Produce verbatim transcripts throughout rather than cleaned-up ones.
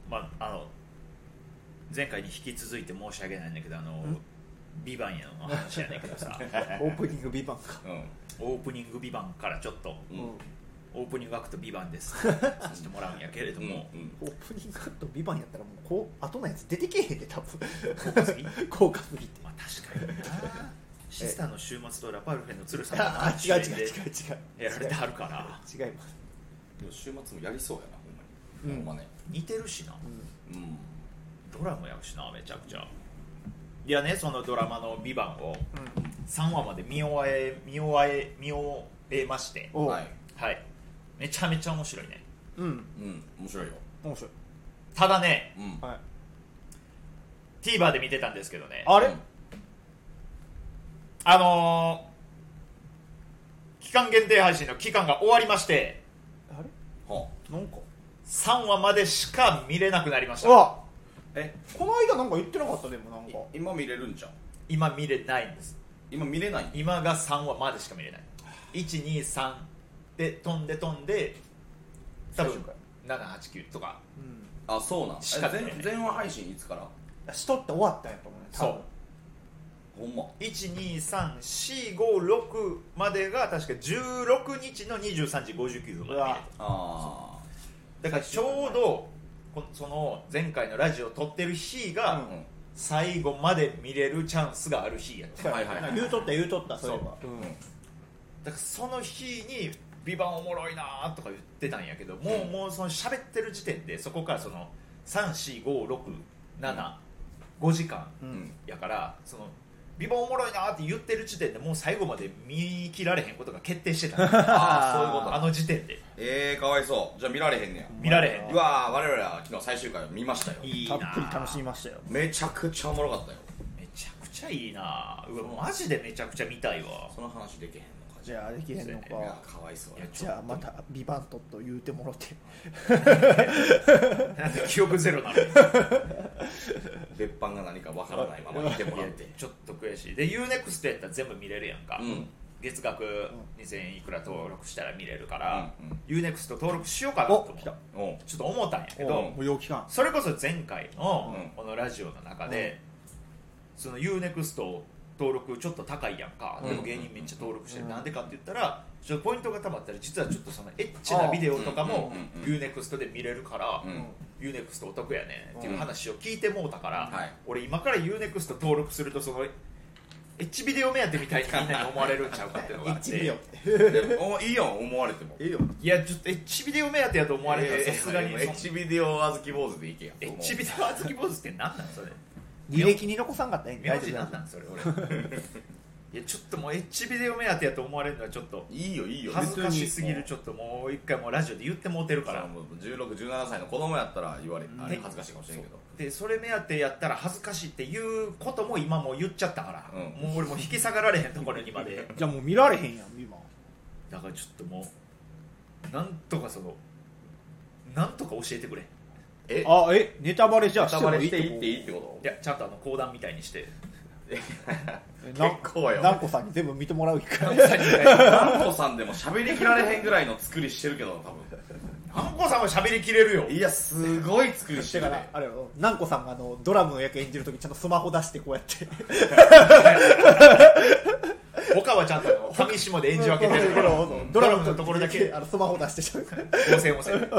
まああの前回に引き続いて申し訳ないんだけど、あのビバンやの話やねんけどさオープニングビバンか、 うん、オープニングビバンからちょっと、うん、オープニングアクトビバンですさせてもらうんやけれども、うんうん、 オープニングアクトビバンやったらもうこう後のやつ出てけえへんで多分効果すぎ効果すぎて、 まあ確かになシスターの週末とラパルフェの鶴さんああ違う違う違う違うやられてはるから違います。 でも週末もやりそうやなほんまに、うん、ほんまね似てるしな、 うん、 ドラマやるしなめちゃくちゃ。いやね、そのドラマの「ビバンをさんわまで見終え見終え見終えまして、 はい、 はい、めちゃめちゃ面白いね。 うんうん面白いよ。 面白い。 ただね、 うん、 はい、 TVer で見てたんですけどね、 あれ、 うん、 あのー、期間限定配信の期間が終わりまして、 あれはなんかさんわまでしか見れなくなりました。 うわえこの間なんか言ってなかった。でもなんか今見れるんじゃん。 今見れないんです。 今見れない。 今がさんわまでしか見れない。いちにさんで飛んで飛んで多分ななはちきゅうとか、 うん、 あ、そうなん。 しか見れない。 全話配信いつからしとって終わったんやと思うね。 そうほんまいちにさんしごろくまでが確かじゅうろくにちのにじゅうさんじごじゅうきゅうふんまで見れて、 あだからちょうどこその前回のラジオを撮ってる日が、 あ、うん、 最後まで見れるチャンスがある日やった。 はいはいはい、 言うとった言うとったそういえば。 そう、うん、だからその日に「ビバンおもろいな」とか言ってたんやけど、もう、うん、もうその喋ってる時点でそこからそのさんしごろくななごじかんやから、そのビバンおもろいなって言ってる時点でもう最後まで見切られへんことが決定してたああそういうこと。 あの時点でえー、かわいそう。じゃあ見られへんねや。 見られへん。 うわー、我々は昨日最終回を見ましたよ。 いいな。 たっぷり楽しみましたよ。 めちゃくちゃおもろかったよ。 めちゃくちゃいいな。うわマジでめちゃくちゃ見たいわ。 その話できへんのか。 じゃあできへんのか。 いやかわいそうや。 じゃあまたビバントと言うてもろてなんで記憶ゼロなの別版が何かわからないまま見てもらってちょっと悔しい。で ユーネクスト やったら全部見れるやんか、 うん、 月額にせんえんいくら登録したら見れるから、 うんうん、 ユーネクスト 登録しようかなと思ってちょっと思ったんやけど、 無料期間それこそ前回のこのラジオの中で、うん、その ユーネクスト 登録ちょっと高いやんか、でも芸人めっちゃ登録してる、なんでかって言ったらちょっとポイントがたまったら実はちょっとそのエッチなビデオとかも ユーネクスト で見れるから、 うん、 ユーネクスト お得やねっていう話を聞いてもうたから、 うん、はい、 俺今から ユーネクスト 登録するとそのエッチビデオ目当てみたいにみんなに思われるんちゃうかっていうのがあってエッチビデオっていいよ思われてもいいよ。 いやちょっとエッチビデオ目当てやと思われたらさすがにエッチビデオあずき坊主でいけや。 エッチビデオあずき坊主って何なんそれ履歴に残さんかったらええん名字何なんそれ俺いやちょっともうエッチビデオ目当てやと思われるのはちょっといいよいいよ恥ずかしすぎる。ちょっともう一回もうラジオで言ってもうてるから、 じゅうろく、じゅうななさいの子供やったら言われあれ恥ずかしいかもしれんけど、 でそれ目当てやったら恥ずかしいっていうことも今もう言っちゃったから、 うん、 もう俺もう引き下がられへんところにまでじゃあもう見られへんやん今。 だからちょっともうなんとかそのなんとか教えてくれ。 えあえネタバレじゃあネタバレしていいっていいってこと。 いやちゃんとあの講談みたいにして結構よ。 南光さんに全部見てもらうか。 南光さんでも喋りきられへんぐらいの作りしてるけど多分。 南光さんは喋りきれるよ。 いやすごい作りしてるね。 あれよ南光さんがあのドラムの役演じるときちゃんとスマホ出してこうやって他はちゃんとファミシモで演じ分けてるけどドラムのところだけあのスマホ出してしゃべる合成もせる。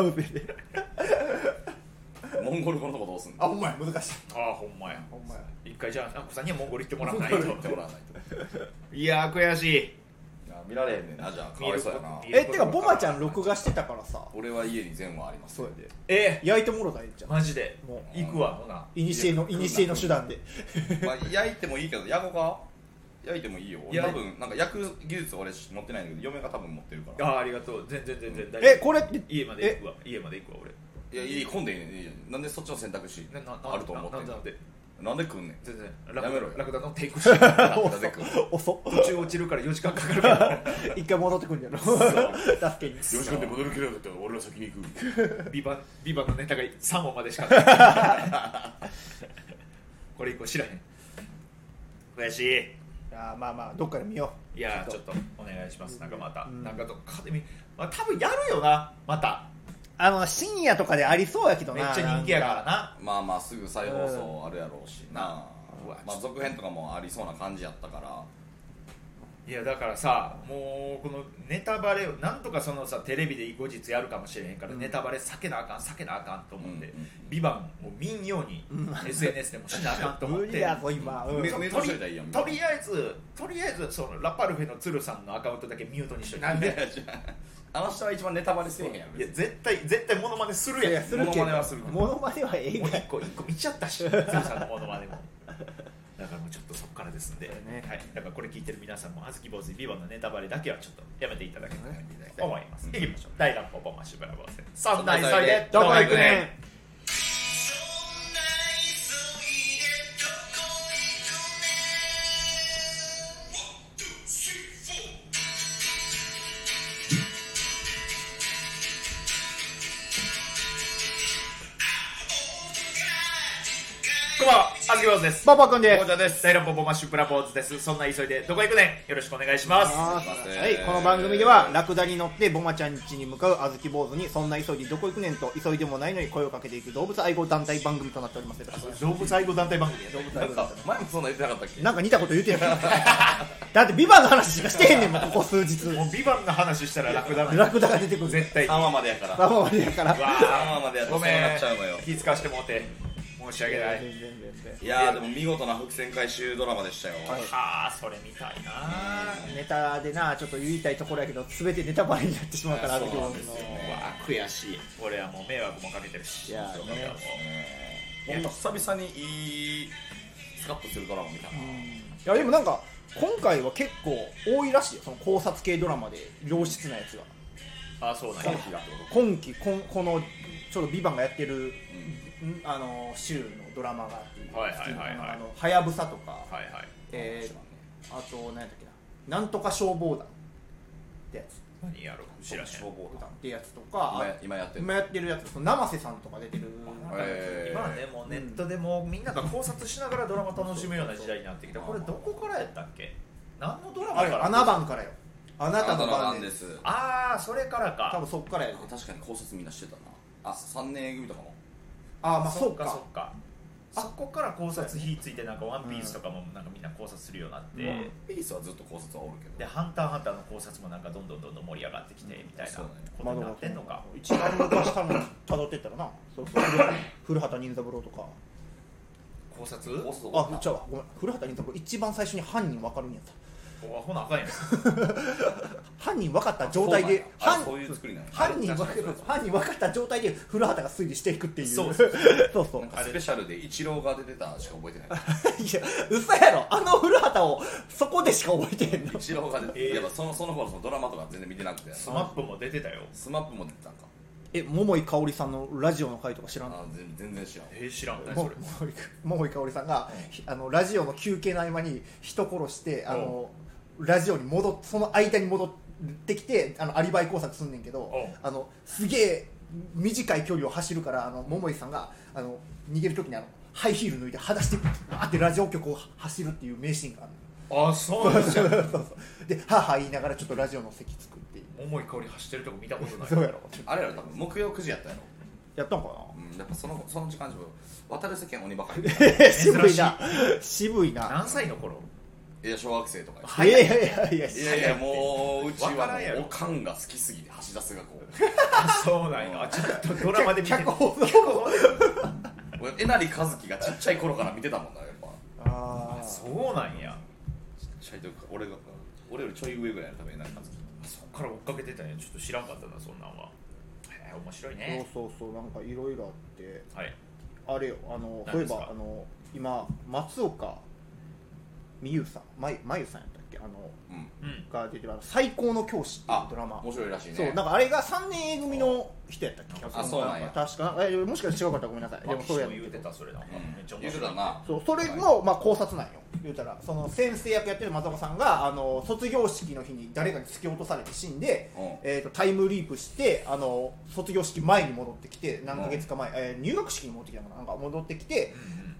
モンゴル語のとこどうすんの。 あほんまや難しい。 あほんまやほんまや。 一回じゃあ南光さんにはモンゴル行ってもらわないと言ってもらわないと。 いやー悔しい。 いや見られへんねんな。じゃあかわいそうやな。 えてかボマちゃん録画してたからさ。 俺は家に全話あります。 そうやで。 え焼いてもろたらいいんじゃん。 マジでもう行くわほな。 いにしえのいにしえの手段で。 まあ焼いてもいいけど焼こうか。焼いてもいいよ。多分なんか焼く技術俺持ってないんだけど嫁が多分持ってるから。 あありがとう全然全然大丈夫。 えこれって家まで行くわ家まで行くわ俺。 いやいい混んでいいねいいじゃん。なんでそっちの選択肢ななあると思ってんの。 なんでなんで来んねん。 全然やめろよラクダ乗っていくしなんで来んの。 遅っ。 途中落ちるからよじかんかかるから一回戻ってくるんやろ。助けに。 よじかんで戻るけどだったら俺は先に行く。 ビバビバのネタがさんわまでしかないこれ以降知らへん。悔しい。 いやまあまあどっかで見よう。 いやちょっとお願いします。なんかまた、 うん、 なんかどっかで見、まあ、多分やるよなまた。 あの深夜とかでありそうやけどな。 めっちゃ人気やからな。 まあまあすぐ再放送あるやろうしな、 うわまあ続編とかもありそうな感じやったから。 いやだからさ、もうこのネタバレをなんとかそのさテレビで後日やるかもしれへんから、 うんネタバレ避けなあかん避けなあかんと思って、 うんうんビバンを見んように エスエヌエス でもしなあかんと思って無理やぞ今、うんめとめとしといたらいいやんとりあえずとりあえずそのラパルフェの鶴さんのアカウントだけミュートにしといて。 なんであの人は一番ネタバレせえへんやろ。 いや絶対絶対モノマネするやん。 するけどモノマネはするモノマネは映もう画一個一個見ちゃったし、鶴さんのモノマネも。だからもうちょっとそこからですんで、 ねはい、だからこれ聞いてる皆さんもあずき坊主ビバンのネタバレだけはちょっとやめていただけたらと思います。いきましょう。大乱暴ボマッシュブラボー戦。そんな急いでどこ行くねん。 こんばんは、あずき坊主です。 パパくんです。 紅茶です。 大乱暴ボマッシュブラボーズです。そんな急いでどこ行くねん。よろしくお願いします。 はい、この番組ではラクダに乗ってボマちゃん家に向かうあずき坊主にそんな急いでどこ行くねんと急いでもないのに声をかけていく動物愛護団体番組となっております。 動物愛護団体番組や。 動物なんか前もそんな言ってなかったっけ。 なんか似たこと言ってるだってビバンの話しかしてへんねんもんここ数日。 もうビバンの話したらラクダなんラクダが出てくる絶対に。 さんわまでやから。 さんわまでやから。 わさんわまでやってごめそうなっちゃうのよん。気使わしてもうて申し訳ない。 全然全然いやーでも見事な伏線回収ドラマでしたよ。 はいはあ、それ見たいな。 ネタでなちょっと言いたいところやけど全てネタバレになってしまうから、 そうあずき坊主なんですよのうわ悔しい。俺はもう迷惑もかけてるし。 いやねそうだよもうほんと久々にいいスカッとするドラマ見たな。 いやでもなんか今回は結構多いらしいよ、その考察系ドラマで良質なやつがあ、そうなんや。 今期こんこのちょうどビバンがやってる、んあの週のドラマがあって、 はいはいはいはいあのはやぶさとか、 はいはい。 えー、あと何やったっけな、なんとか消防団ってやつ何やろう知らへん。 消防団ってやつとか、あ今今やってる。 今やってるやつ、その生瀬さんとか出てる、 へー今はねもうネットでもうみんなが考察しながらドラマ楽しむような時代になってきた。これどこからやったっけ？何のドラマあれから？ 穴番からよ、あなたのあなたの番で番ですす。 ああ、それから多か。 分そっからやで。 確かに考察みんなしてたな。あ、さんねん組とかも。 ああまあそうかそっか。そこから考察火ついてなんかワンピースとかもなんかみんな考察するようになって、 うんピースはずっと考察はおるけど。 でハンターハンターの考察もなんかどんどんどんどん盛り上がってきてみたいなそうだねことになってんのか。 一番昔からの辿ってったらな、そうそう古畑任三郎とか、 考察？ 考察あ、ちゃうわ、ごめん、古畑任三郎一番最初に犯人分かるんやった。 おアホなあかんやん。 犯人分かった状態で犯あそういう作りなんや。 犯人分か犯人分かった状態で古畑が推理していくっていう。 そうそうそうそうなんかスペシャルでイチローが出てたしか覚えてない。 いや嘘やろ、あの古畑をそこでしか覚えてへんの。 イチローが出て、 えーやっぱそのその頃そのドラマとか全然見てなくて、 スマップも出てたよ。 スマップも出てたんか。 え、桃井かおりさんのラジオの回とか知らんの？ あ全全然知らん。 えー、知らん。何もそれ。 桃井桃井かおりさんが、ひあのラジオの休憩の合間に人殺してあのラジオに戻っその間に戻ってきてあのアリバイ工作すんねんけど、あのすげえ短い距離を走るからあの桃井さんがあの逃げるときにあのハイヒール脱いで裸足でバーってラジオ局を走るっていう名シーンがあるの。 あ、そうなんですよ。 そうそうではぁはぁ言いながらちょっとラジオの席作っていう。 桃井かおり走ってるとこ見たことない。 そうやろ、 あれやろ多分木曜くじやったやろ。 やったんかうん、やっぱそのその時間自分渡る世間鬼ばかり。 な渋いな渋いな。 何歳の頃？ いや小学生とかいやいやいやいやいやいやもううちはわからんやろもうおかんが好きすぎて橋田壽賀子。 そうなんや。ちょっとドラマで見て脚本の俺えなりかずきがちっちゃい頃から見てたもんなやっぱ。 あーそうなんや。 ちっちゃい時から俺が俺よりちょい上ぐらいの多分えなりかずき。 そっから追っかけてたんや。ちょっと知らんかったな、そんなんは。へえ、面白いね。 そうそうそう、なんかいろいろあってはい。 あれよ、あの何ですかそういえばあの今松岡美優さん、まゆまゆさんやったっけ、あのうん。 うん。 が出てるあの最高の教師っていうあドラマ。 面白いらしいね。 そうなんかあれがさんねん A 組の人やったっけ。 あそうなんや確かえもしかして違うかったらごめんなさい。でもそうやねんけど言うてた、それなんか。 うんめっちゃ面言う白い。 てたな。 そうそれもまあ考察なんよ。言うたらその先生役やってる松岡さんがあの卒業式の日に誰かに突き落とされて死んで、 うんえー、とタイムリープしてあの卒業式前に戻ってきて何ヶ月か前、えー入学式に戻ってきたのかな、なんか戻ってきて、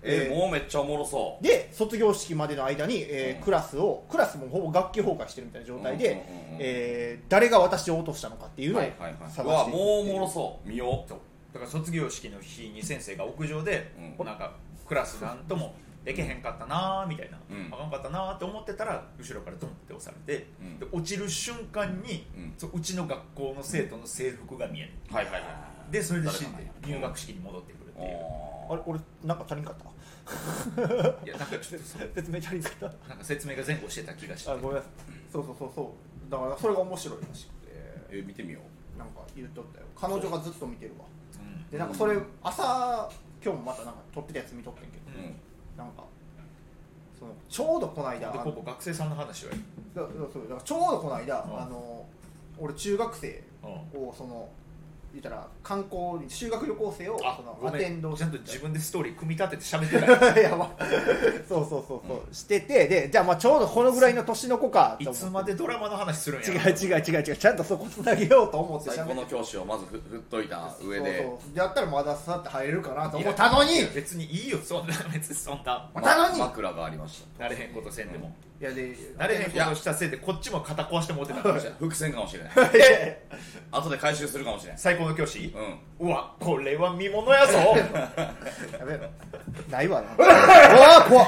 えー、もうめっちゃおもろそうで卒業式までの間に、えーうん、 クラスをクラスもほぼ学級崩壊してるみたいな状態で、 うんうんうんうんえー、誰が私を落としたのかっていうのをはいはいはい探していくうわもうおもろそう見ようそうだから卒業式の日に先生が屋上で、 うんなんかクラスなんともできへんかったなーみたいな、 うんあかんかったなーって思ってたら後ろからドンって押されて、 うんで落ちる瞬間に、 うんそううちの学校の生徒の制服が見える、 はいはいはいでそれで死んで誰か入学式に戻ってくるっていう、 あれ俺なんか足りんかったいやなんかちょっとそう説明足りんかったなんか説明が前後してた気がしてあごめんなさいそうそうそうそうだからそれが面白いらしくてえー、見てみようなんか言っとったよ彼女がずっと見てるわうんでなんかそれ朝今日もまたなんか撮ってたやつ見とってんけど、 うんなんかそのちょうどこの間であのここ学生さんの話はだそうそうだからちょうどこの間、 うんあの俺中学生うんをその言ったら観光修学旅行生をあそのごめんアテンドちゃんと自分でストーリー組み立てて喋ってないやばそうそうそうそう、うん、しててでじゃあまあちょうどこのぐらいの年の子かと思っていつまでドラマの話するんや違う違う違う違うちゃんとそこつなげようと思って最高の教師をまずふ振っといた上でそうそうやったらまださって入れるかなと思ったのに別にいいよそんな別にそんなまたのに枕がありましたなれへんことせんでも、 いやでなれへんことしたせいでこっちも肩壊して持ってたかもしれない伏線かもしれないいやいや後で回収するかもしれない最高の教師、 うんうわこれは見物やぞやべえないわなうわ怖っ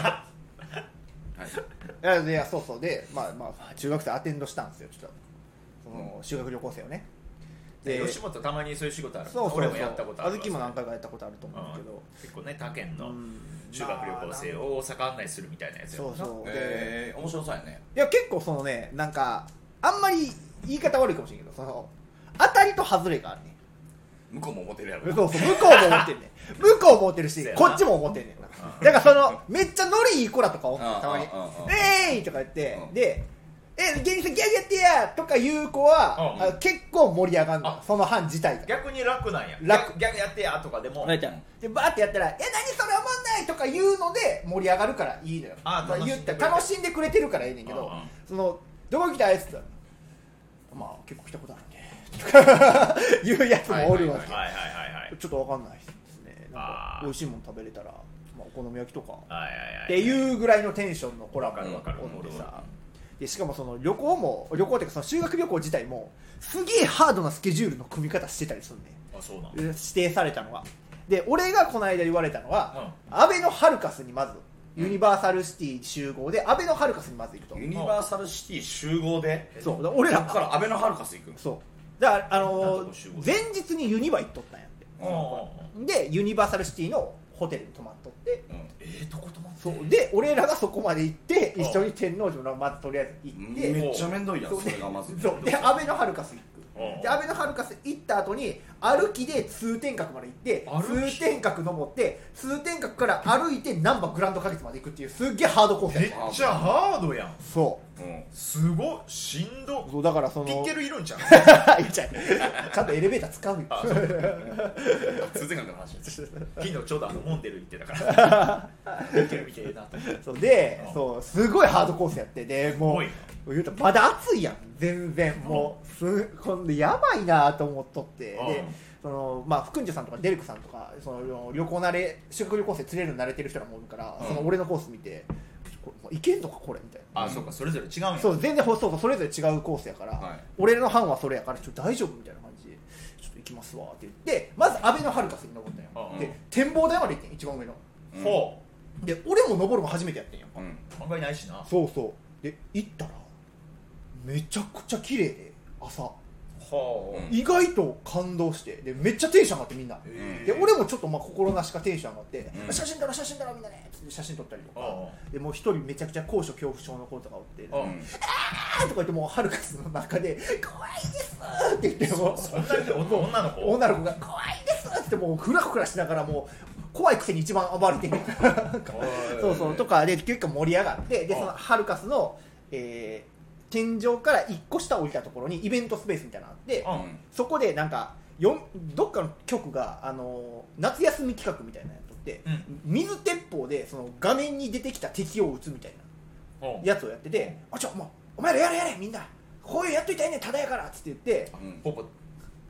はいいやいやそうそうでまあまあ中学生アテンドしたんですよちょっとその修学旅行生をねで吉本たまにそういう仕事あるそうそうそう俺もやったことあるわあずきも何回かやったことあると思うんだけど結構ね他県のうん修学旅行生を大阪案内するみたいなやつやもなそうんそうでえー、面白そうやねいや結構そのねなんかあんまり言い方悪いかもしれんけどその当たりと外れがあるね向こうも思ってるやろそうそう向こうも思ってんね向こうも思ってるしそうやなこっちも思ってんねんなだからそのめっちゃノリいい子らとかおってたまにうんうんうんうん 「えーい!」とか言ってうんでえ芸人さんギャグやってやとか言う子は、 うんあ結構盛り上がるのあその班自体が逆に楽なんや楽ギャグやってやとかでもでバーってやったら「え何それおもんない!」とか言うので盛り上がるからいいのよあまあ言ったら楽楽しんでくれてるからいいねんけど、 うんうんそのどこ来たいっつったらまあ結構来たことあるんでとか言うやつもおるわけ、 はいはいはいはいちょっとわかんないですねなんかあー美味しいもの食べれたら、まあ、お好み焼きとかはいはいはいっていうぐらいのテンションのコラボわかるわかるおってさでしかもその旅行も旅行っていうかその修学旅行自体もすげえハードなスケジュールの組み方してたりするねあそうなん指定されたのはで俺がこの間言われたのは、アベノハルカスにまずユニバーサルシティ集合でアベノハルカスにまず行くとユニバーサルシティ集合でそうだ俺らそっからアベノハルカス行くんそうだからあのなんとーか集合前日にユニバ行っとったんやってうんでユニバーサルシティのホテルに泊まっとってうんええとこ泊まってそうで俺らがそこまで行ってうん一緒に天王寺のまずとりあえず行ってめっちゃ面倒いやんそうそれがまずそうでアベノハルカス行くうんでアベノハルカス行った後に歩きで通天閣まで行って歩き通天閣登って通天閣から歩いて難波グランド花月まで行くっていうすっげえハードコースやめっちゃハードやんそうんすごいしんどうそうだからそのピッケルいるんちゃういやちゃうちゃんとエレベーター使うよあそう通天閣の話です昨日ちょうどあのモンデル行ってたからピッケル見てええなと思ってそうでうんそうすごいハードコースやってでもうすごいな言うとまだ暑いやん全然もうすほんでやばいなと思っとってうんでそのまあ福んじゅさんとかデルクさんとかその旅行慣れ修学旅行生連れるの慣れてる人らもおるから、 うんその俺のコース見てこれいけんのかこれみたいなあそうかそれぞれ違うんやそう全然そうそうそれぞれ違うコースやから、 はい俺の班はそれやからちょっと大丈夫みたいな感じでちょっと行きますわって言ってまずアベノハルカスに登ったんよ、 うんで展望台まで行ってん一番上のうんほで俺も登るの初めてやってんやんか、 うんう案外ないしなそうそうで行ったらめちゃくちゃ綺麗で朝ほうん意外と感動してでめっちゃテンション上がってみんなへで俺もちょっとまあ心なしかテンション上がって、 うん写真撮ろう写真撮ろうみんなねって写真撮ったりとかあでもう一人めちゃくちゃ高所恐怖症の子とかおってあうんあーとか言ってもうハルカスの中で怖いですって言ってもそんなに女女の子女の子が怖いですって言ってもうフラフラしながらもう怖いくせに一番暴れてるそうそうとかで結構盛り上がってでそのハルカスの、えー天井からいっこ下降りたところにイベントスペースみたいなのがあってうんそこでなんかよんどっかの局が、あのー夏休み企画みたいなのやっとって、 うん水鉄砲でその画面に出てきた敵を撃つみたいなほうやつをやってて「あちょもうお前らやれやれみんなこういうやっといたいねただやから」っつって言ってうんポポ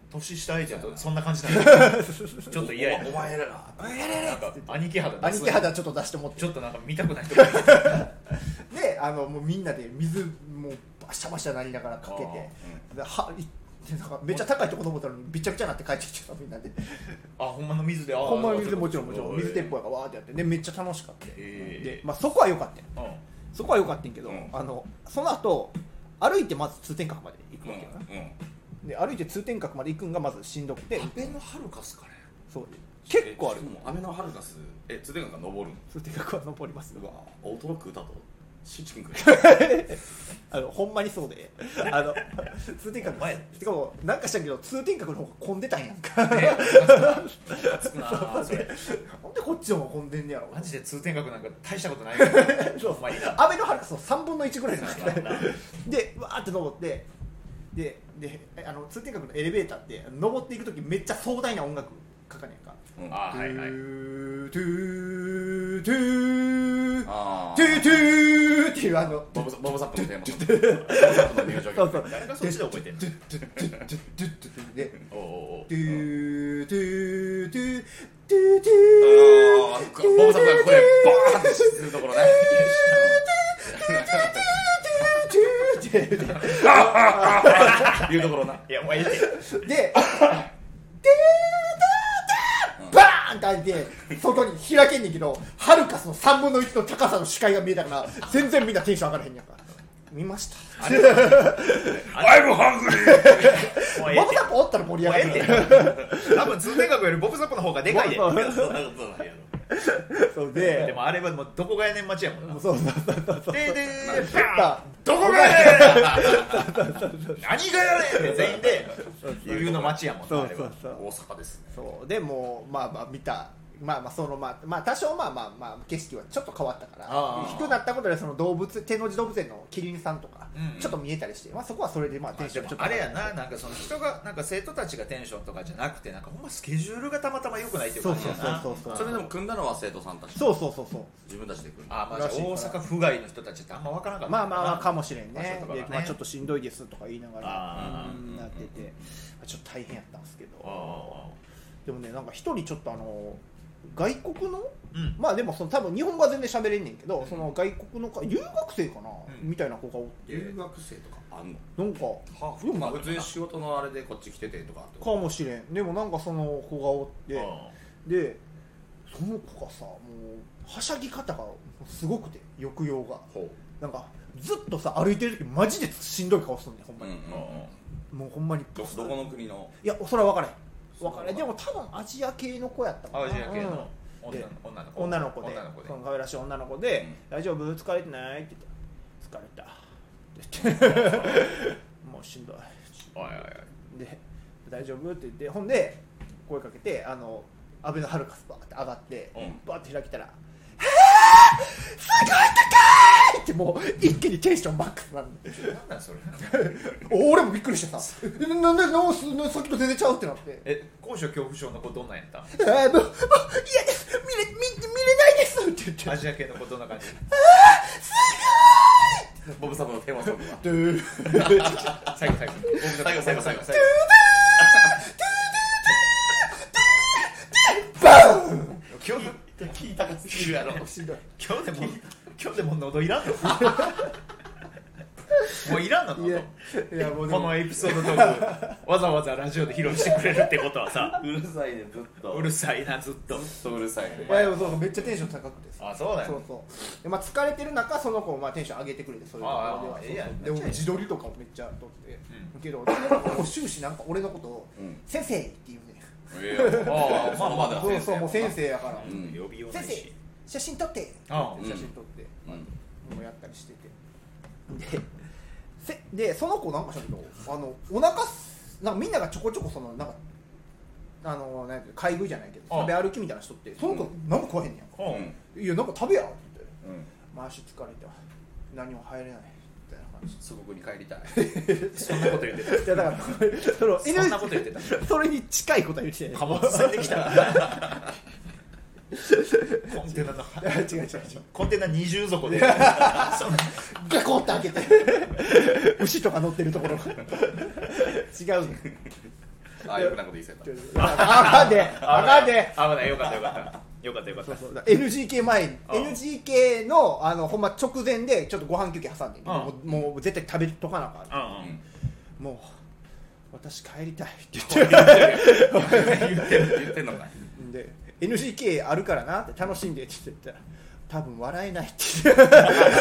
年下相手だとそんな感じなんだちょっと嫌やお前らななんか兄貴肌出す兄貴肌ちょっと出してもってちょっとなんか見たくない人がいてであのもうみんなで水もうバシャバシャなりながらかけてではいなんかめっちゃ高いとこ登ったのにびちゃびちゃになって帰ってきてたみんなであほんまの水であほんまの水でもちろんもちろん水鉄砲やからわーってやってでめっちゃ楽しかったで、まあ、そこは良かったよ、うん、そこは良かったんけど、うん、あのその後歩いてまず通天閣まで行くわけよな、うんうん、で歩いて通天閣まで行くんがまずしんどくてアベノハルカスかねそう結構あるアベノハルカスえ通天閣が登るの通天閣は登りますうわオートロック歌とシーチキンくれあのほんまにそうであの通天閣前しかもなんかしたけど通天閣の方が混んでたんやんか、ね、 熱くなそれなんでこっちの方が混んでんねやろマジで通天閣なんか大したことないからそうアベノハルカスのさんぶんのいちぐらいなんですねでわーって登ってでであの通天閣のエレベーターって登っていくときめっちゃ壮大な音楽かかんねんか、 うん、あはいはいトゥートゥートゥートゥーっていうあのボブボブサップのテーマソングボブサップの入場曲誰がそっちで覚えてんのでトゥートゥートゥートゥートゥートゥートゥーボブサップがこれバーンってするところねいうところないやもうええででバーンって開いて外に開けんねんけどハルカスのさんぶんのいちの高さの視界が見えたから全然みんなテンション上がらへんやんか見ましたアイムハングリーボブサップおったら盛り上がる多分通天閣よりボブサップの方がでかいでそうででもあれはもうどこがやねん待ちやもんなそうそうそうそうでででバどこがやねん何がやねんって全員で言うの待ちやもんなそうそうそう大阪ですそうでもまあまあ見たまあまあそのまあまあ多少まあまあまあ景色はちょっと変わったから低くなったことでその動物天王寺動物園のキリンさんとかちょっと見えたりして、まあそこはそれでまあテンションちょっとあれやななんかその人がなんか生徒たちがテンションとかじゃなくてなんかほんまスケジュールがたまたま良くないっていう感じやなそうそうそうそうそれでも組んだのは生徒さんたちそうそうそうそう自分たちで組んあまあじゃあ大阪府外の人たちってあんま分からなかったまあまあかもしれんねねで、まあ、ちょっとしんどいですとか言いながらなっててちょっと大変やったんですけどでもねなんか一人ちょっとあの外国の、うん、まあでもその多分日本語は全然喋れんねんけど、うん、その外国のか留学生かな、うん、みたいな子がおって留学生とかあんのなんかハーフまあ普通に仕事のあれでこっち来ててとかかもしれんでもなんかその子がおってでその子がさもうはしゃぎ方がすごくて抑揚がなんかずっとさ歩いてる時マジでしんどい顔するんねほんまに、うんうんうん、もうほんまにどこの国のいやそれは分からへん分かるでも多分アジア系の子やったかなアジア系の女の子女の子でその可愛らしい女の子で、うん、大丈夫疲れてないって言って疲れたって言ってもうしんどいおいおいおいで大丈夫って言ってほんで声かけてあのアベノハルカスバーって上がって、うん、バーって開けたらすごい高いってもう一気にテンションマックスなんでなんなんそれ俺もびっくりしてさなんでなんでさっきと全然ちゃうってなってえ高所恐怖症の子どんなんやったえー、もう嫌です見れ見れないですって言ってアジア系の子どんな感じあーすごいボブサブのテーマソングは最後最後最後最後最後最後バーン今日聞いたかすぎるやろ今日でも今日でも喉いらんのもういらんの喉いやいやもうこのエピソードトークわざわざラジオで披露してくれるってことはさうるさいねずっとうるさいなずっとずっとうるさいねいやでもそうめっちゃテンション高くてあそうだよそうそうで、まあ、疲れてる中その子もまあテンション上げてくれてそういうところではそうそうでも自撮りとかもめっちゃ撮って、うん、けど終始なんか俺のことを、うん、先生って言うねああまあまだそうそうもう先生やから、 うん、呼びようないし先生写真撮ってあ写真撮って、うん、もうやったりしててでせでその子なんかしたけどあのお腹なんかみんながちょこちょこそのなんかあのなんて買い食いじゃないけど食べ歩きみたいな人ってその子なんか食わへんねやんか、うん、いやなんか食べやって言って、うん、足疲れた何も入れないみたいな感じ祖国に帰りたいそんなこと言ってたいやだからそのそんなこと言ってたそれに近いこと言ってた貨物船できたコンテナの違う違う違うコンテナ二重底でガコッと開けて牛とか乗ってるところ違うねあ、よくないこと言いそうやっあかんであかんであ、危ない、よかったよかったよかったよかった。 そうそうだ エヌジーケー 前 エヌジーケー のあのほんま直前でちょっとご飯休憩挟んで、 うんもうもう絶対食べとかなあかん、 うんうんうんもう私帰りたいって言って言ってる言ってんのかい。 で エヌジーケー あるからなって楽しんでって言ったら多分笑えないって言って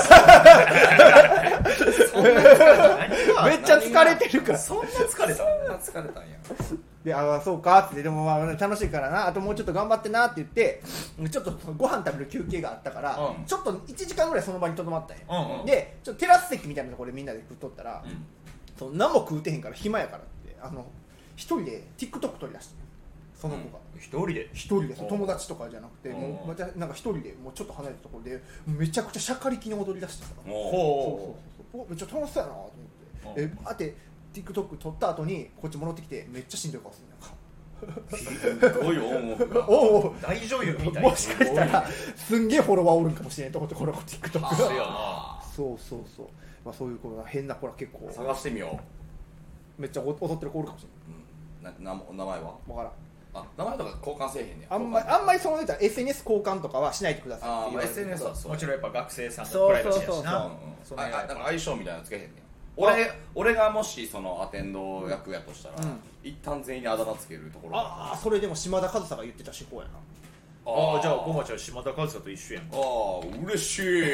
めっちゃ疲れてるからそんな疲れたそんな疲れたんや。 でああそうかってでもまあ楽しいからなあともうちょっと頑張ってなって言ってちょっとご飯食べる休憩があったから、 うんちょっといちじかんぐらいその場にとどまったんや、 うんうんでちょっとテラス席みたいなところでみんなで食っとったら、 うんそう何も食うてへんから暇やからってあの一人で TikTok 撮り出してその子が、 一人で一人でうん友達とかじゃなくて、 うんもうまたなんか一人でもうちょっと離れたところでめちゃくちゃしゃかりきに踊り出してさ、 もそうほそうそうおめっちゃ楽しそうやなと思って、 うんであって TikTok 撮った後にこっち戻ってきてめっちゃしんどい顔するんやんかうすごいオンオフが。 おおう大女優みたいもしかしたらすすんげえフォロワーおるんかもしれんと思ってこの子 TikTok ごいよあそうそうそう、まあ、そういう子が変な子ら結構ー探してみよめっちゃ踊ってる子おるかもしう。うんなな名前は？ れんわからんあ、名前とか交換せえへんねや。 あんまりあんまりその言ったら エスエヌエス 交換とかはしないでくださいってあー、まあ、 言われてエスエヌエス はそう。 もちろんやっぱ学生さんのそうプライバシーやしそうそうなうんうんああそのやっぱなんか相性みたいなのつけへんねん。俺俺がもしそのアテンド役やとしたら、 うん一旦全員にあだ名つけるところ。 ああそれでも島田和沙が言ってた手法やなああじゃあごまちゃん島田和沙と一緒やんかああ嬉しい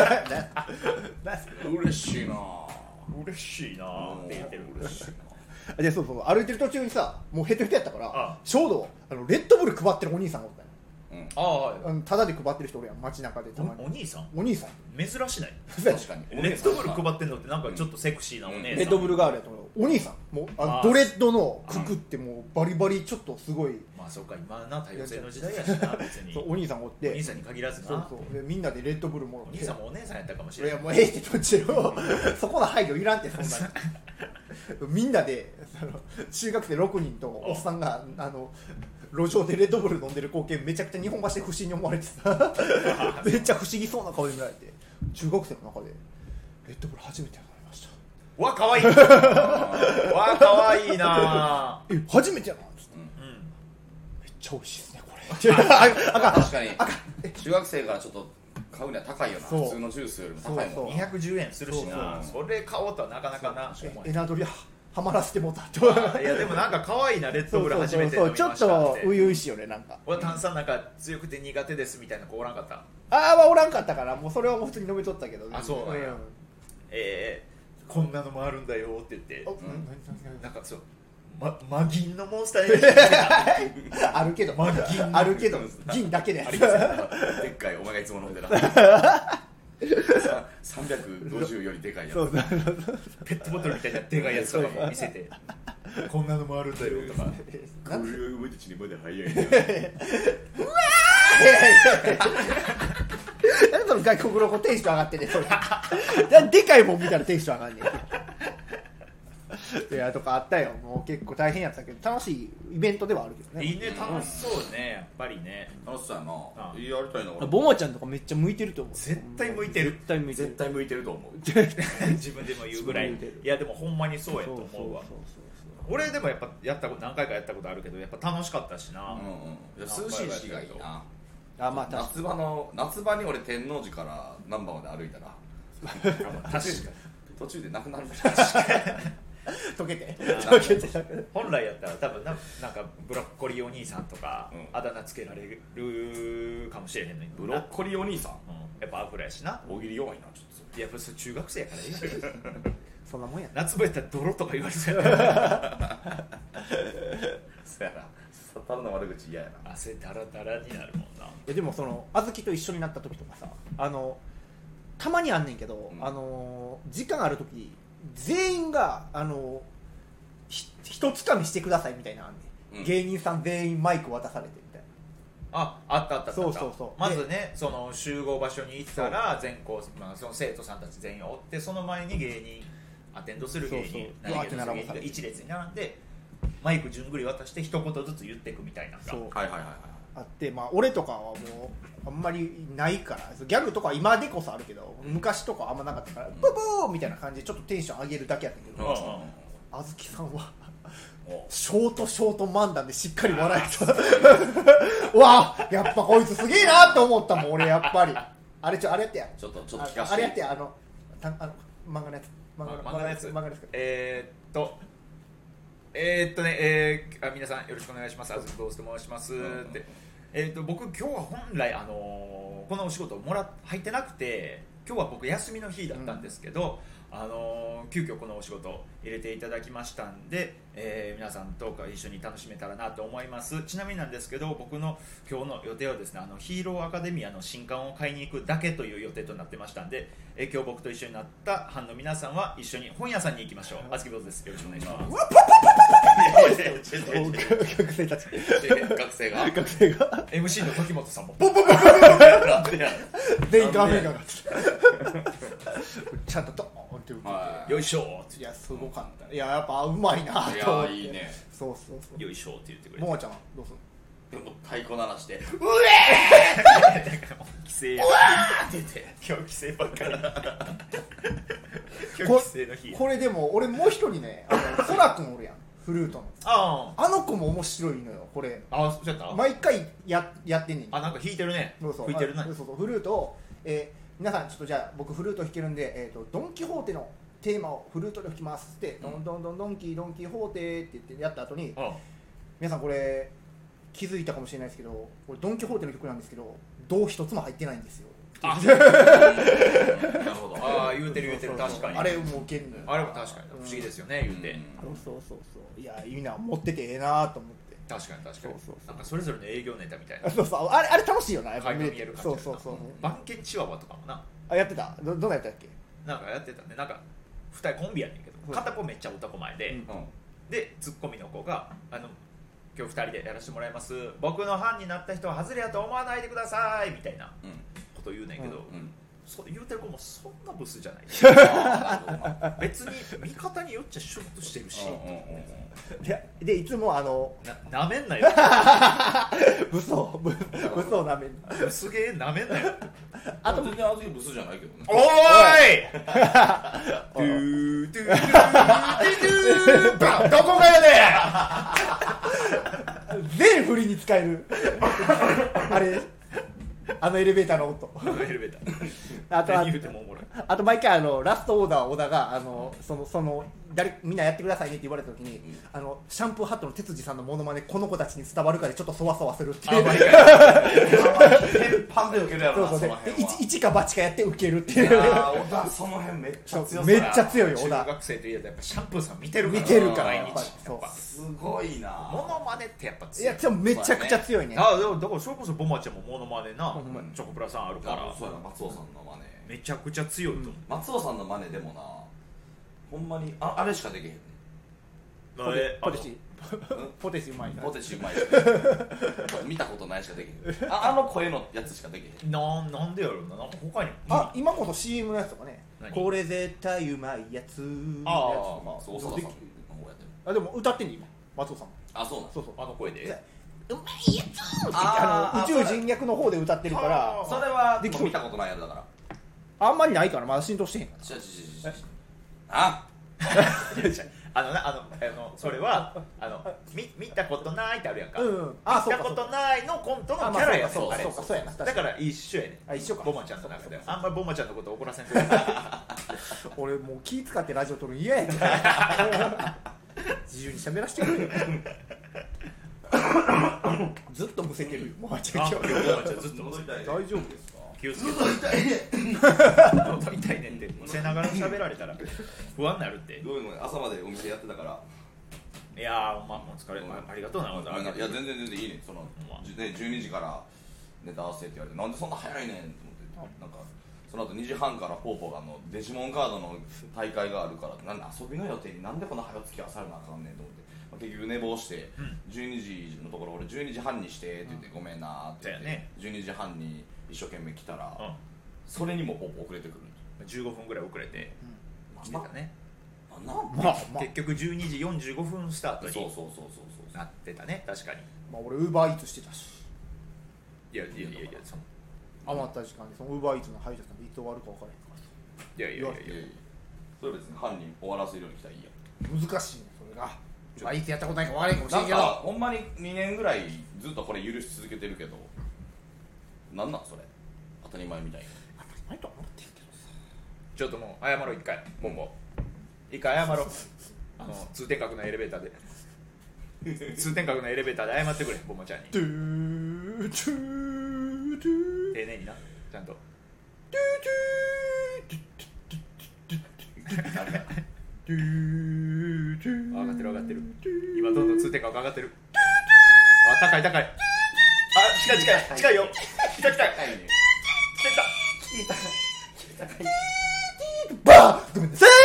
嬉しいな嬉しいなーって言ってる嬉しいなでそうそう歩いてる途中にさもうヘトヘトやったからあちょうどあのレッドブル配ってるお兄さんがおったようんああはいあのタダで配ってる人おるやん街中でたまにおお兄さんお兄さん珍しない確かにレッドブル配ってんのってなんかちょっとセクシーなお姉さん、 レッドブルガールやと思うお兄さんもうあのあードレッドのくくってもうバリバリちょっとすごいまあそうか今な多様性の時代やしな別にそうお兄さんおってお兄さんに限らずなそうそうでみんなでレッドブルもろおって兄さんもお姉さんやったかもしいれないやもうええってどっちよそこの配慮いらんってそんなにみんなでその中学生ろくにんとおっさんがあの路上でレッドブル飲んでる光景めちゃくちゃ日本橋で不審に思われてさめっちゃ不思議そうな顔で見られて中学生の中でレッドブル初めて飲みましたわ可愛いわ可愛いなえ初めてやなっつってうんめっちゃ美味しいですねこれあかん確かに中学生からちょっと買うには高いよなそう普通のジュースよりも高いもんそうそうにひゃくじゅうえんするしなそうそれ買おうとはなかなかなえエナドリははまらせてもうたといやでもなんか可愛いなレッドブル初めて飲みまちょっしたってと初々しいよねなんか俺炭酸なんか強くて苦手ですみたいな子おらんかったああはおらんかったからもうそれはもう普通に飲みとったけどあそうなんやんえー、こんなのもあるんだよって言っておんなんかそうまマギンのモンスターエナジーあるけどまあ銀あるけど銀だけでやつありますよでっかいお前がいつも飲んでたさんびゃくごじゅうよりでかいやつそうそうペットボトルみたいなでかいやつとかも見せてこんなのもあるんだよとかこれは俺たちにまだ早いねなんでその外国の子テンション上がってねそれなんででかいもん見たらテンション上がんねんいやとかあったよもう結構大変やったけど楽しいイベントではあるけどねいいね楽しそうねやっぱりね楽しそうやなあやりたいな俺ボマちゃんとかめっちゃ向いてると思う絶対向いてる絶対向いてる絶対向いてると思う自分でも言うぐらい向いてるいやでもほんまにそうやとそうそう思うわそう俺でもやっぱやったこと何回かやったことあるけどやっぱ楽しかったしな、 うんうんいや涼しいしがいいなあまあ確か夏場の夏場に俺天王寺から難波まで歩いたら確かに途中でなくなる溶けてー溶けて本来やったら多分ななんかブロッコリーお兄さんとか、 うんあだ名つけられるかもしれへんのにブロッコリーお兄さんうん、やっぱアフロやしな大喜利弱いなちょっといやっぱそれ中学生やからいいやんそんなもんや夏場やったら泥とか言われそうやからそやなただの悪口嫌やな汗ダラダラになるもんな。 いやでもその小豆と一緒になった時とかさあのたまにあんねんけど、 うんあの時間ある時全員があのひ一つかみしてくださいみたいなのあんねん、 うん芸人さん全員マイク渡されてみたいあ、あったあったあった。 そうそうそうまずね、その集合場所に行ったら全校、まあ、その生徒さんたち全員おって、その前に芸人アテンドする芸人そうそう何芸人うわーって並ばされてが一列に並んでマイク順繰り渡して一言ずつ言っていくみたいなのがそうはいはいはいはいあって、まあ、俺とかはもうあんまりないからギャグとか今でこそあるけど昔とかあんまなかったからブブーみたいな感じでちょっとテンション上げるだけやったけど、 うんうんあずきさんはショートショート漫談でしっかり笑えたうわやっぱこいつすげえなって思ったもん俺やっぱりあれちょあれやってやちょっとちょっと聞かせてあれやってやあのたあの漫画のやつ漫画のやつ漫画のやつえー、っとえー、っとね、えー、あ皆さんよろしくお願いします。あずきぼうすと申しますって、えー、っと僕今日は本来あのー、このお仕事もら入ってなくて今日は僕休みの日だったんですけど、うん、あのー、急遽このお仕事入れていただきましたんで、えー、皆さんと一緒に楽しめたらなと思います。ちなみになんですけど僕の今日の予定はですねあのヒーローアカデミアの新刊を買いに行くだけという予定となってましたんで、えー、今日僕と一緒になった班の皆さんは一緒に本屋さんに行きましょう。あずきぼうです。よろしくお願いします。 学生たち学生が学生がエムシー の時本さんも全員画面がなってちゃんとドーンって受けて、 はい、よいしょいやすごかった。いややっぱうまいなと思って。いやいいね。 そうそうそうよいしょって言ってくれて。 ももちゃんはどうする？ でも太鼓鳴らしてうえー規制うわーって言って今日規制ばっかり今日こ規制の日これでも俺もう一人ねあのそらくんおるやんフルートのああの子も面白いのよこれああそうやった毎回 や, やってんねん。 あなんか弾いてるねそうそう吹いてるねそうそうフルートを、えー皆さんちょっとじゃあ僕フルート弾けるんで、えー、とドン・キホーテのテーマをフルートで弾きますって、うん、ドンドンドンドンキードンキホーテって言ってやった後に、 あ皆さんこれ気づいたかもしれないですけどこれドン・キホーテの曲なんですけど銅一つも入ってないんですよ。 あなるほどああ言うてる言うてるそうそうそう確かにあれもう受けるのよ。 あれも確かに不思議ですよね、うん、言うて、 うん、そうそうそういやみんな持っててええなと思って。 確かに確かにそうそうそうなんかそれぞれの営業ネタみたいなそうそうあれあれ楽しいよなやっぱ垣間見える感じそうそうそう番犬チワワとかもなあやってた ど, どんなやったっけなんかやってたねなんかふたりコンビやねんけど片子めっちゃ男前で、うん、でツッコミの子があの今日ふたりでやらせてもらいます僕の班になった人は外れやと思わないでくださいみたいなこと言うねんけど、うんうん、そ言うてる子もそんなブスじゃない別に見方によっちゃシュッとしてるし、うんうんうんで, でいつもあのななめんなよブスをブスをなめんなすげえなめんなよあと全然あずきブスじゃないけどねおーいドゥードゥードゥードゥーバンどこがやねん全振りに使えるあれあのエレベーターの音あのエレベーターあとあ言うてもおもろいあと毎回あのラストオーダー小田があのそのその誰みんなやってくださいねって言われた時に、うん、あのシャンプーハットの哲司さんのモノマネこの子たちに伝わるかでちょっとそわそわするっていう。 天パンで受けるやろなそうそうそので一か八かやって受けるっていう。 あ小田その辺めっちゃ強い。 めっちゃ強いよ小田。 中学生といえばやっぱシャンプーさん見てるから見てるから毎日そうすごいな。 モノマネってやっぱ強い。 いやでもめちゃくちゃ強いね。 あでもだからそれこそボマちゃんもモノマネな、うん、チョコプラさんあるから。 そうやな松尾さんのマネめちゃくちゃ強いと思う、うん、 松尾さんのマネでもなほんまに あ, あれしかできへんねポテポテチポテチうまいなポテチうまい見たことないしかできへん あ, あの声のやつしかできへんななんでやろうななんか他にあ今こそ シーエム のやつとかねこれ絶対うまいやつああまあそうそうそうあでも歌ってんね今松尾さんあそうなんそうそうあの声でうまいやつってあの宇宙人脈の方で歌ってるからそれはで見たことないやつだからあんまりないからまだ浸透してへんからああのなあのあのそれはあの見見たことないってあるやんか、 うんうん、あ見たことないのコントのキャラやそうかそうかそうやなだから一緒やねあ一緒かボマちゃんの中であんまりボマちゃんのこと怒らせんと俺もう気使ってラジオ撮るの嫌やねん自由に喋らせてくれよずっとむせてるよボマちゃん今日ずっとむせてる大丈夫ですか気をつけて喉痛いね喉痛いねってむせながら喋られたら不安になるってどういうの朝までお店やってたからいやーまあもう疲れ、うん、ありがとうな、 いや全然全然いいねその、まあ、ねじゅうにじからネタ合わせって言われてなんでそんな早いねんと思ってなんかその後にじはんからポーポーがあのデジモンカードの大会があるからなんで遊びの予定になんでこんな早付き合わされなあかんねんと思って、まあ、結局寝坊して、うん、じゅうにじのところ俺じゅうにじはんにしてって言って、うん、ごめんなって言って、ね、じゅうにじはんに一生懸命来たら、うん、それにもポーポー遅れてくるじゅうごふんぐらい遅れて、うん、来てたねなまあまあ、結局じゅうにじよんじゅうごふんスタートになってたね確かにまあ俺ウーバーイーツしてたしいやいやいやいやその余った時間でそのウーバーイーツの配達なんていつ終わるか分からへんからいやいやいやいやそれ別に犯人終わらせるように来たらいいや難しいねそれがまあいつやったことないか分からへんかもしれなんんかけどほんまににねんぐらいずっとこれ許し続けてるけど、なんなんそれ当たり前みたいに。 ないとは思ってんけどさちょっともう謝ろう一回今後一回謝ろうあの通天閣のエレベーターで通天閣のエレベーターで謝ってくれボモちゃんにドゥードゥードゥー丁寧になちゃんとドゥードゥードゥードゥードゥードゥードゥードゥー上がってる上がってる今どんどん通天閣上がってるあ高い高いあ近い近い近いよ来た来た来た来た来たバーごめんなさい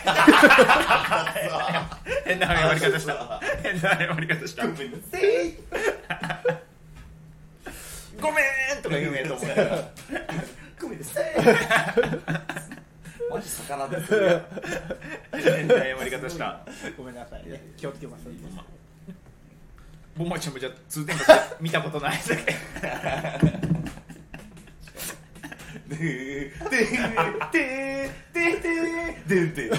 変な謝り方した変な謝り方したごめんなさいごめんとか言うんやと思うごめんなさいマジ魚ですよ。 変な謝り方したごめんなさいね気をつけますボンマちゃんもじゃあ通天閣見たことないだけでででででででで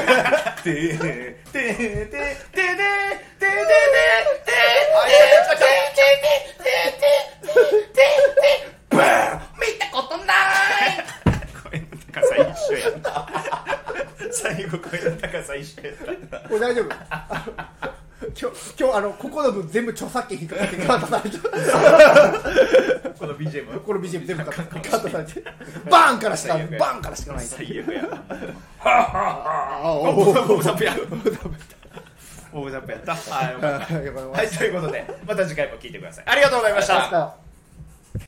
最後声の高さ一緒やったこれ大丈夫今日今日あのここの分全部著作権引っかかってカットされてこの ビージーエムこの ビージーエム 全部カットされてバーンからしかバーンからしかない最悪やああボブザップやボブザップやったはい、はい、ということでまた次回も聞いてくださいありがとうございました。